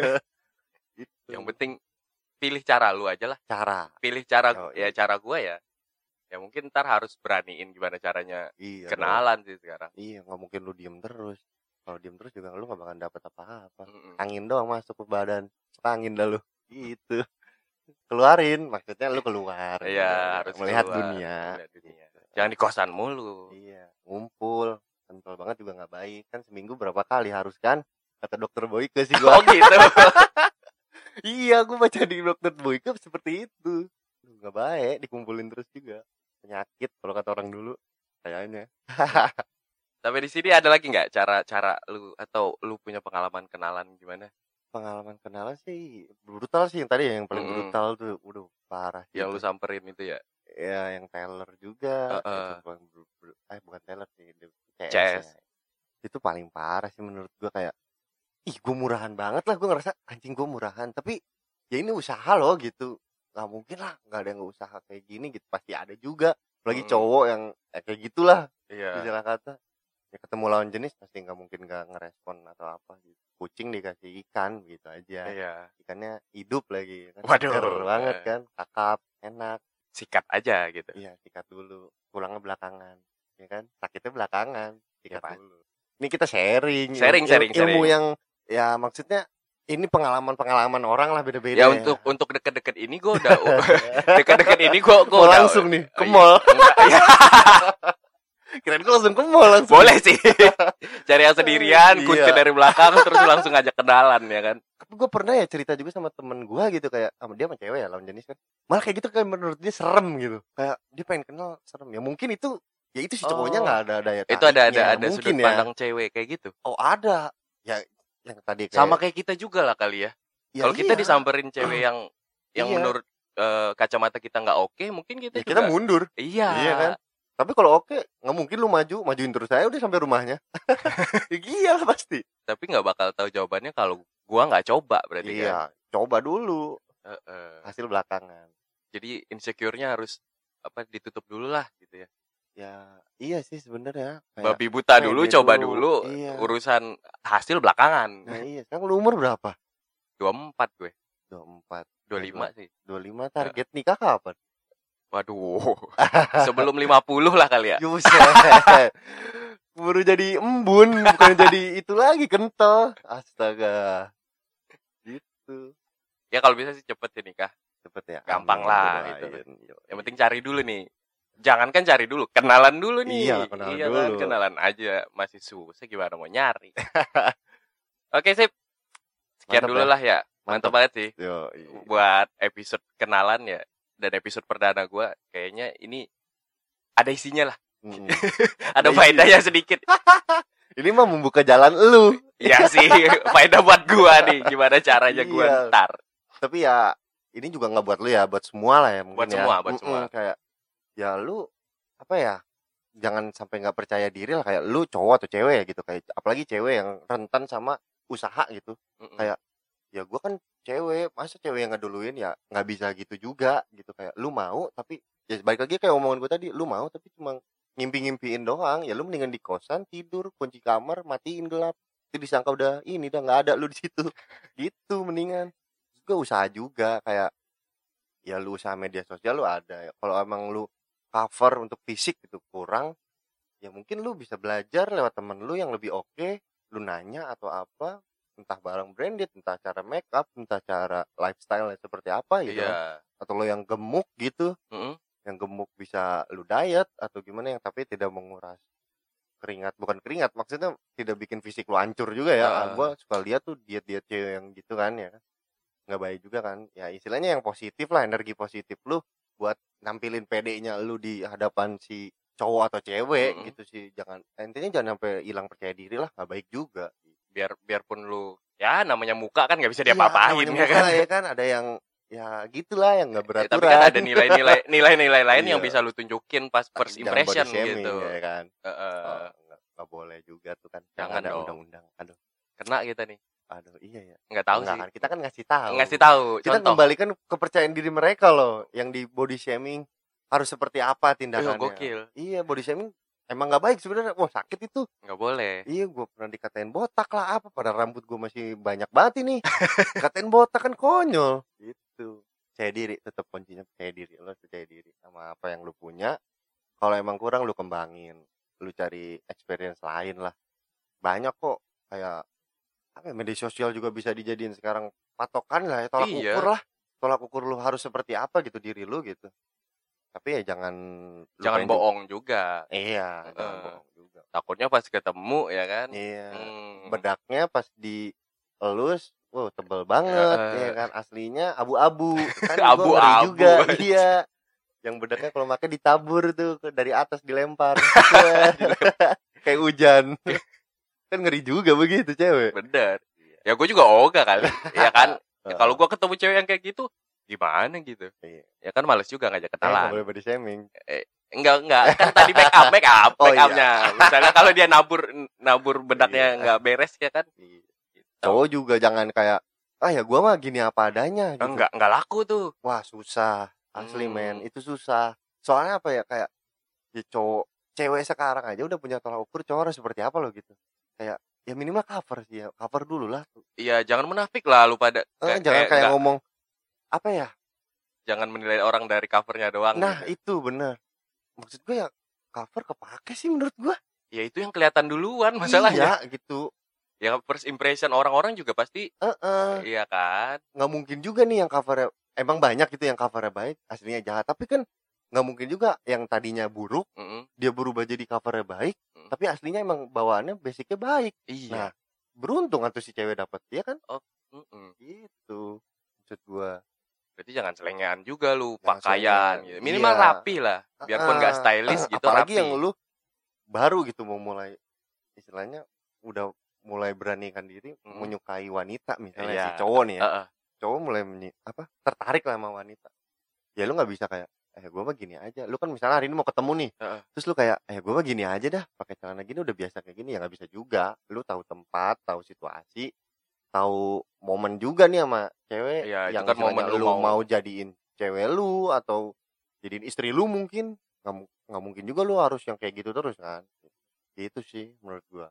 [SPEAKER 3] Gitu.
[SPEAKER 1] Yang penting pilih cara lu aja lah. Pilih cara cara gua ya. Ya mungkin ntar harus beraniin gimana caranya kenalan sih sekarang.
[SPEAKER 3] Iya, nggak mungkin lu diem terus. Kalau diem terus juga lu gak bakalan dapet apa-apa.
[SPEAKER 1] Mm-mm.
[SPEAKER 3] Angin doang masuk ke badan. Suka angin dah lu. Gitu. Keluarin, maksudnya lu keluar.
[SPEAKER 1] Iya,
[SPEAKER 3] gitu.
[SPEAKER 1] harus
[SPEAKER 3] Melihat
[SPEAKER 1] keluar,
[SPEAKER 3] dunia.
[SPEAKER 1] melihat dunia.
[SPEAKER 3] Gitu.
[SPEAKER 1] Jangan di kosan mulu.
[SPEAKER 3] Iya, ngumpul. Kental banget juga gak baik. Kan seminggu berapa kali harus kan? Kata dokter Boyke sih gua.
[SPEAKER 1] Oh gitu.
[SPEAKER 3] Iya, gue baca di dokter Boyke seperti itu. Gak baik, dikumpulin terus juga. Penyakit kalau kata orang dulu. Kayaknya.
[SPEAKER 1] Sampai di sini ada lagi nggak cara lu atau lu punya pengalaman kenalan gimana?
[SPEAKER 3] Pengalaman kenalan sih brutal sih yang tadi yang paling
[SPEAKER 1] Mm-mm.
[SPEAKER 3] brutal tuh. Waduh, parah sih.
[SPEAKER 1] Yang lu samperin itu ya?
[SPEAKER 3] Ya, yang Taylor juga.
[SPEAKER 1] Heeh.
[SPEAKER 3] Bukan Taylor sih, CS.
[SPEAKER 1] CS.
[SPEAKER 3] Ya. Itu paling parah sih menurut gue, kayak ih gue murahan banget lah, gue ngerasa anjing gue murahan, tapi ya ini usaha loh gitu, nggak mungkin lah nggak ada yang nggak usaha kayak gini gitu, pasti ada juga, apalagi cowok yang kayak gitulah,
[SPEAKER 1] Iya.
[SPEAKER 3] istilah kata ya, ketemu lawan jenis pasti nggak mungkin nggak ngerespon atau apa gitu. Kucing dikasih ikan gitu aja,
[SPEAKER 1] Iya.
[SPEAKER 3] ikannya hidup lagi kan,
[SPEAKER 1] Waduh.
[SPEAKER 3] seger banget kan, kakap enak,
[SPEAKER 1] Sikat aja gitu.
[SPEAKER 3] iya sikat dulu, pulangnya belakangan ya kan, sakitnya belakangan, sikat
[SPEAKER 1] Pak.
[SPEAKER 3] dulu. Ini kita sharing ilmu
[SPEAKER 1] sharing.
[SPEAKER 3] yang ya maksudnya ini pengalaman orang lah, beda-beda
[SPEAKER 1] Ya untuk deket-deket ini gue udah deket-deket ini gue
[SPEAKER 3] mau
[SPEAKER 1] udah
[SPEAKER 3] langsung nih ke mall.
[SPEAKER 1] Iya.
[SPEAKER 3] Kirain gue langsung ke mall langsung.
[SPEAKER 1] Boleh sih. Cari yang sendirian, kunci
[SPEAKER 3] Iya.
[SPEAKER 1] dari belakang terus langsung ngajak kenalan ya kan.
[SPEAKER 3] Gue pernah ya cerita juga sama temen gue gitu, kayak sama dia sama cewek ya, lawan jenis kan, malah kayak gitu kayak menurut dia serem gitu, kayak dia pengen kenal serem ya, mungkin itu ya itu si cowoknya nggak ada daya
[SPEAKER 1] Itu ada
[SPEAKER 3] mungkin
[SPEAKER 1] sudut pandang cewek kayak gitu.
[SPEAKER 3] Oh ada ya, yang tadi kayak
[SPEAKER 1] Sama kayak kita juga lah kali ya.
[SPEAKER 3] ya,
[SPEAKER 1] Kalau kita
[SPEAKER 3] iya.
[SPEAKER 1] disamperin cewek yang
[SPEAKER 3] Iya.
[SPEAKER 1] menurut kacamata kita nggak oke, mungkin kita
[SPEAKER 3] Ya,
[SPEAKER 1] juga
[SPEAKER 3] kita mundur.
[SPEAKER 1] Iya.
[SPEAKER 3] Iya kan. Tapi kalau oke, nggak mungkin lu majuin terus saya udah sampai rumahnya. Ya, gila pasti.
[SPEAKER 1] Tapi nggak bakal tahu jawabannya kalau gua nggak coba berarti kan.
[SPEAKER 3] Iya, coba dulu.
[SPEAKER 1] Heeh.
[SPEAKER 3] Hasil belakangan.
[SPEAKER 1] Jadi insecure-nya harus ditutup dulu lah gitu ya.
[SPEAKER 3] Ya, iya sih sebenarnya.
[SPEAKER 1] Babi buta dulu, coba dulu.
[SPEAKER 3] Iya.
[SPEAKER 1] Urusan hasil belakangan.
[SPEAKER 3] Nah, iya. Sekarang lu umur berapa?
[SPEAKER 1] 24 gue.
[SPEAKER 3] 24.
[SPEAKER 1] 25 sih.
[SPEAKER 3] 25, target nikah kapan?
[SPEAKER 1] Waduh. Sebelum 50 lah kali ya.
[SPEAKER 3] Yuset. Baru jadi embun, bukan jadi itu lagi, kental. Astaga. Gitu.
[SPEAKER 1] Ya kalau bisa sih cepet sih nikah.
[SPEAKER 3] Cepet ya.
[SPEAKER 1] Gampang
[SPEAKER 3] Amin,
[SPEAKER 1] lah
[SPEAKER 3] gua doain.
[SPEAKER 1] itu. Yang penting cari dulu nih. Jangan kan cari dulu, kenalan dulu nih.
[SPEAKER 3] Iya, kenalan
[SPEAKER 1] Kan?
[SPEAKER 3] dulu.
[SPEAKER 1] Kenalan aja, masih susah gimana mau nyari. Oke, sip. Sekian
[SPEAKER 3] Mantap
[SPEAKER 1] dulu
[SPEAKER 3] ya.
[SPEAKER 1] lah ya. Mantap banget sih.
[SPEAKER 3] Yo,
[SPEAKER 1] Buat episode kenalan ya. Dan episode perdana gue kayaknya ini ada isinya lah. Ada faedahnya sedikit.
[SPEAKER 3] Ini mah membuka jalan lu.
[SPEAKER 1] Iya sih, faedah buat gua nih. Gimana caranya gua
[SPEAKER 3] Iya.
[SPEAKER 1] ntar.
[SPEAKER 3] Tapi ya ini juga nggak buat lu ya, buat semua lah ya mungkin.
[SPEAKER 1] Buat semua.
[SPEAKER 3] Kayak ya lu apa ya? Jangan sampai nggak percaya diri lah, kayak lu cowok atau cewek ya gitu, kayak apalagi cewek yang rentan sama usaha gitu. Kayak ya gua kan cewek, masa cewek yang ngeduluin, ya nggak bisa gitu juga gitu, kayak lu mau tapi ya balik lagi kayak omongan gua tadi, lu mau tapi cuma ngimpi-ngimpiin doang, ya lu mendingan di kosan tidur, kunci kamar, matiin gelap, itu disangka udah ini udah nggak ada lu di situ, gitu mendingan. Juga usaha juga, kayak ya lu usaha media sosial lu ada ya, kalau emang lu cover untuk fisik gitu kurang, ya mungkin lu bisa belajar lewat temen lu yang lebih oke, lu nanya atau apa, entah barang branded, entah cara make up, entah cara lifestyle seperti apa gitu.
[SPEAKER 1] Iya.
[SPEAKER 3] Atau lo yang gemuk gitu, yang gemuk bisa lu diet atau gimana, yang tapi tidak menguras keringat, bukan keringat maksudnya tidak bikin fisik lu hancur juga ya. Gua suka lihat tuh diet cewek yang gitu kan ya, nggak baik juga kan ya, istilahnya yang positif lah, energi positif lu buat nampilin pedenya lu di hadapan si cowok atau cewek gitu sih. Jangan, intinya jangan sampai hilang percaya diri lah, nggak baik juga.
[SPEAKER 1] Biarpun lu ya namanya muka kan nggak bisa diapa-apain ya kan.
[SPEAKER 3] Ya kan ada yang ya gitulah yang nggak beraturan.
[SPEAKER 1] Tapi kan ada nilai-nilai lain yang bisa lu tunjukin pas first impression
[SPEAKER 3] shaming,
[SPEAKER 1] gitu.
[SPEAKER 3] Ya kan. Nggak boleh juga tuh kan.
[SPEAKER 1] Jangan
[SPEAKER 3] ada
[SPEAKER 1] dong.
[SPEAKER 3] undang-undang. Aduh.
[SPEAKER 1] Kena kita nih.
[SPEAKER 3] Aduh, iya ya.
[SPEAKER 1] Nggak tahu sih.
[SPEAKER 3] Kan, kita kan ngasih tahu. Kita
[SPEAKER 1] Contoh.
[SPEAKER 3] kembalikan kepercayaan diri mereka loh, yang di body shaming harus seperti apa tindakannya.
[SPEAKER 1] Gokil.
[SPEAKER 3] Iya, body shaming emang nggak baik sebenarnya. Wah, sakit itu.
[SPEAKER 1] Nggak boleh.
[SPEAKER 3] Iya, gue pernah dikatain botak lah apa, pada rambut gue masih banyak banget ini. Katain botak kan konyol. Gitu. Percaya diri, tetap kuncinya percaya diri. Lo percaya diri sama apa yang lu punya. Kalau emang kurang lu kembangin, lu cari experience lain lah. Banyak kok kayak apa ya, media sosial juga bisa dijadiin sekarang patokan lah ya, tolak
[SPEAKER 1] Iya.
[SPEAKER 3] ukur lah. Tolak ukur lu harus seperti apa gitu diri lu gitu. Tapi ya jangan
[SPEAKER 1] Jangan
[SPEAKER 3] lupain
[SPEAKER 1] bohong juga.
[SPEAKER 3] Iya, jangan
[SPEAKER 1] Heeh.
[SPEAKER 3] bohong juga.
[SPEAKER 1] Takutnya pas ketemu ya kan.
[SPEAKER 3] Iya.
[SPEAKER 1] Hmm.
[SPEAKER 3] Bedaknya pas dielus, wow tebel banget ya kan. Aslinya abu-abu. Kan gua ngeri
[SPEAKER 1] Abu-abu,
[SPEAKER 3] juga.
[SPEAKER 1] anjing.
[SPEAKER 3] Iya. Yang bedaknya kalau pakai ditabur tuh dari atas dilempar. Kayak hujan. Kan ngeri juga begitu cewek.
[SPEAKER 1] Bener. Ya gue juga ogah kali. Ya kan. Ya, kalau gue ketemu cewek yang kayak gitu, gimana gitu?
[SPEAKER 3] Iya.
[SPEAKER 1] Ya kan males juga ngajak
[SPEAKER 3] Nggak
[SPEAKER 1] kenalan.
[SPEAKER 3] boleh body shaming.
[SPEAKER 1] Enggak. Kan tadi make up,
[SPEAKER 3] Oh,
[SPEAKER 1] make upnya. Misalnya kalau dia nabur bedaknya
[SPEAKER 3] Iya.
[SPEAKER 1] nggak beres ya kan.
[SPEAKER 3] Iya. Cowok juga jangan kayak ya gua mah gini apa adanya gitu.
[SPEAKER 1] Enggak laku tuh.
[SPEAKER 3] Wah susah asli men,
[SPEAKER 1] Hmm.
[SPEAKER 3] itu susah. Soalnya apa ya, kayak ya cowok cewek sekarang aja udah punya tolak ukur cowok harus seperti apa loh gitu. Kayak ya minimal cover sih ya, cover dulu lah.
[SPEAKER 1] Iya, jangan munafik lah lu pada.
[SPEAKER 3] Jangan kayak ngomong apa ya.
[SPEAKER 1] Jangan menilai orang dari covernya doang.
[SPEAKER 3] Nah
[SPEAKER 1] gitu.
[SPEAKER 3] itu bener. Maksud gue ya cover kepake sih menurut gue.
[SPEAKER 1] Ya itu yang kelihatan duluan masalahnya.
[SPEAKER 3] Iya gitu.
[SPEAKER 1] Ya first impression orang-orang juga pasti. Iya kan.
[SPEAKER 3] Nggak mungkin juga nih yang covernya emang banyak gitu yang covernya baik aslinya jahat, tapi kan nggak mungkin juga yang tadinya buruk dia berubah jadi covernya baik, tapi aslinya emang bawaannya basicnya baik.
[SPEAKER 1] Iya.
[SPEAKER 3] Nah beruntung atau si cewek dapet ya kan. Gitu maksud gua.
[SPEAKER 1] Berarti jangan selengean juga lu
[SPEAKER 3] Jangan
[SPEAKER 1] pakaian
[SPEAKER 3] selengean.
[SPEAKER 1] gitu. Minimal
[SPEAKER 3] Iya.
[SPEAKER 1] rapi lah, biarpun nggak stylish gitu,
[SPEAKER 3] apalagi
[SPEAKER 1] rapi.
[SPEAKER 3] yang lu baru gitu mau mulai istilahnya udah mulai beranikan diri menyukai wanita misalnya.
[SPEAKER 1] Iya.
[SPEAKER 3] Si cowok nih ya.
[SPEAKER 1] Cowok
[SPEAKER 3] mulai tertarik lah sama wanita. Ya lu nggak bisa kayak gue mah gini aja. Lu kan misalnya hari ini mau ketemu nih, terus lu kayak gue mah gini aja dah, pakai celana gini udah biasa kayak gini, ya nggak bisa juga. Lu tahu tempat, tahu situasi, tahu momen juga nih sama cewek.
[SPEAKER 1] Iya,
[SPEAKER 3] yang
[SPEAKER 1] itu kan momen
[SPEAKER 3] lu mau jadiin cewek lu atau jadiin istri lu mungkin nggak mungkin juga lu harus yang kayak gitu terus kan. Itu sih menurut gua.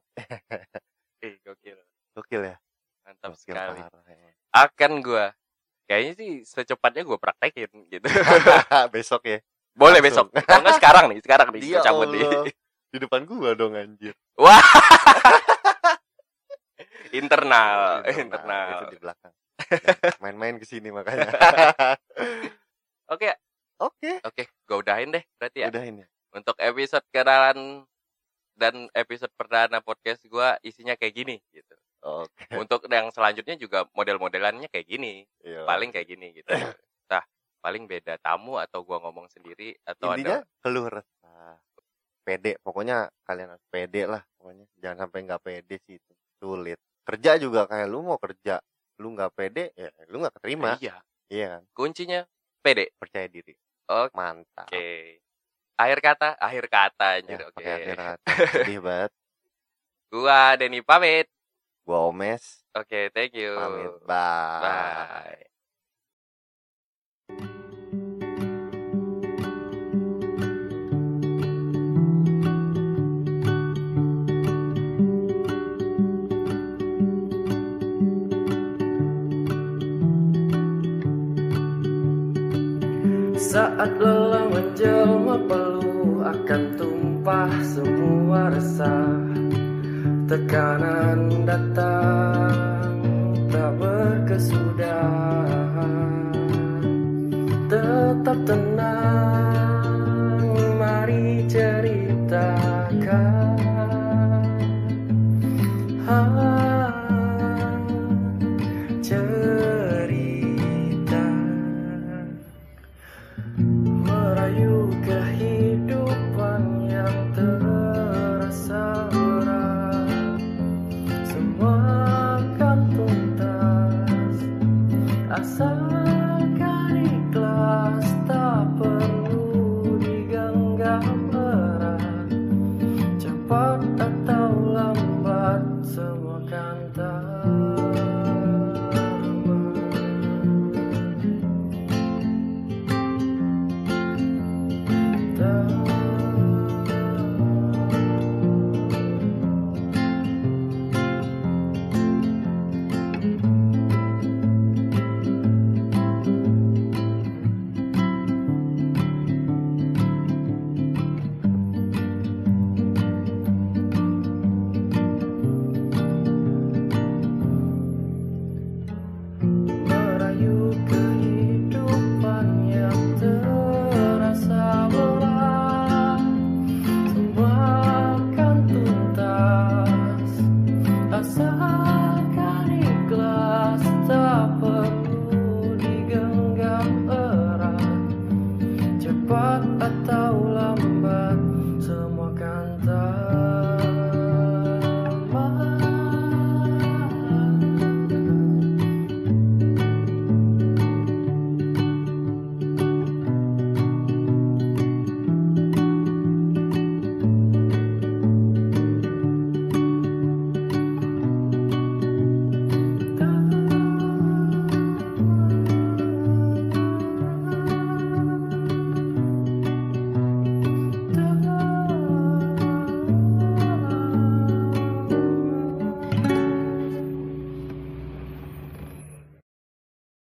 [SPEAKER 3] Gokil ya.
[SPEAKER 1] Mantap
[SPEAKER 3] Gokil
[SPEAKER 1] sekali.
[SPEAKER 3] parah, ya.
[SPEAKER 1] Akan gua kayaknya sih secepatnya gua praktekin gitu.
[SPEAKER 3] Besok ya.
[SPEAKER 1] Boleh
[SPEAKER 3] Langsung.
[SPEAKER 1] besok. Kalau nggak sekarang nih
[SPEAKER 3] Dia
[SPEAKER 1] gua cabut nih.
[SPEAKER 3] Allah. Di depan gua dong anjir.
[SPEAKER 1] Wah. internal.
[SPEAKER 3] Itu di belakang. Main-main ke sini makanya.
[SPEAKER 1] Oke, gua udahin deh berarti ya.
[SPEAKER 3] Udahin ya.
[SPEAKER 1] Untuk episode kenalan dan episode perdana podcast gua isinya kayak gini gitu.
[SPEAKER 3] Oke.
[SPEAKER 1] Untuk yang selanjutnya juga model-modelannya kayak gini.
[SPEAKER 3] Iya.
[SPEAKER 1] Paling kayak gini gitu. Nah, paling beda tamu atau gua ngomong sendiri atau
[SPEAKER 3] Intinya
[SPEAKER 1] ada
[SPEAKER 3] keluh resah. Pede, pokoknya kalian harus pede lah pokoknya. Jangan sampai nggak pede sih, itu sulit. Kerja juga kayak lu mau kerja, lu nggak pede ya lu nggak keterima.
[SPEAKER 1] Iya.
[SPEAKER 3] Iya kan?
[SPEAKER 1] Kuncinya pede,
[SPEAKER 3] Percaya diri.
[SPEAKER 1] Oke.
[SPEAKER 3] Mantap.
[SPEAKER 1] Akhir kata anjir.
[SPEAKER 3] Ya,
[SPEAKER 1] Oke.
[SPEAKER 3] pakai akhir kata. Sedih banget.
[SPEAKER 1] Gua Denny pamit.
[SPEAKER 3] Gua Omes
[SPEAKER 1] Oke, thank you.
[SPEAKER 3] pamit. Bye.
[SPEAKER 1] Bye.
[SPEAKER 2] Saat lelah menjelma peluh akan tumpah semua resah. Tekanan datang tak berkesudahan. Tetap tenang, mari ceritakan. Cerita merayu kehidupan yang terasa berat. Semua akan tuntas asalkan ikhlas, tak perlu digenggam erat. Cepat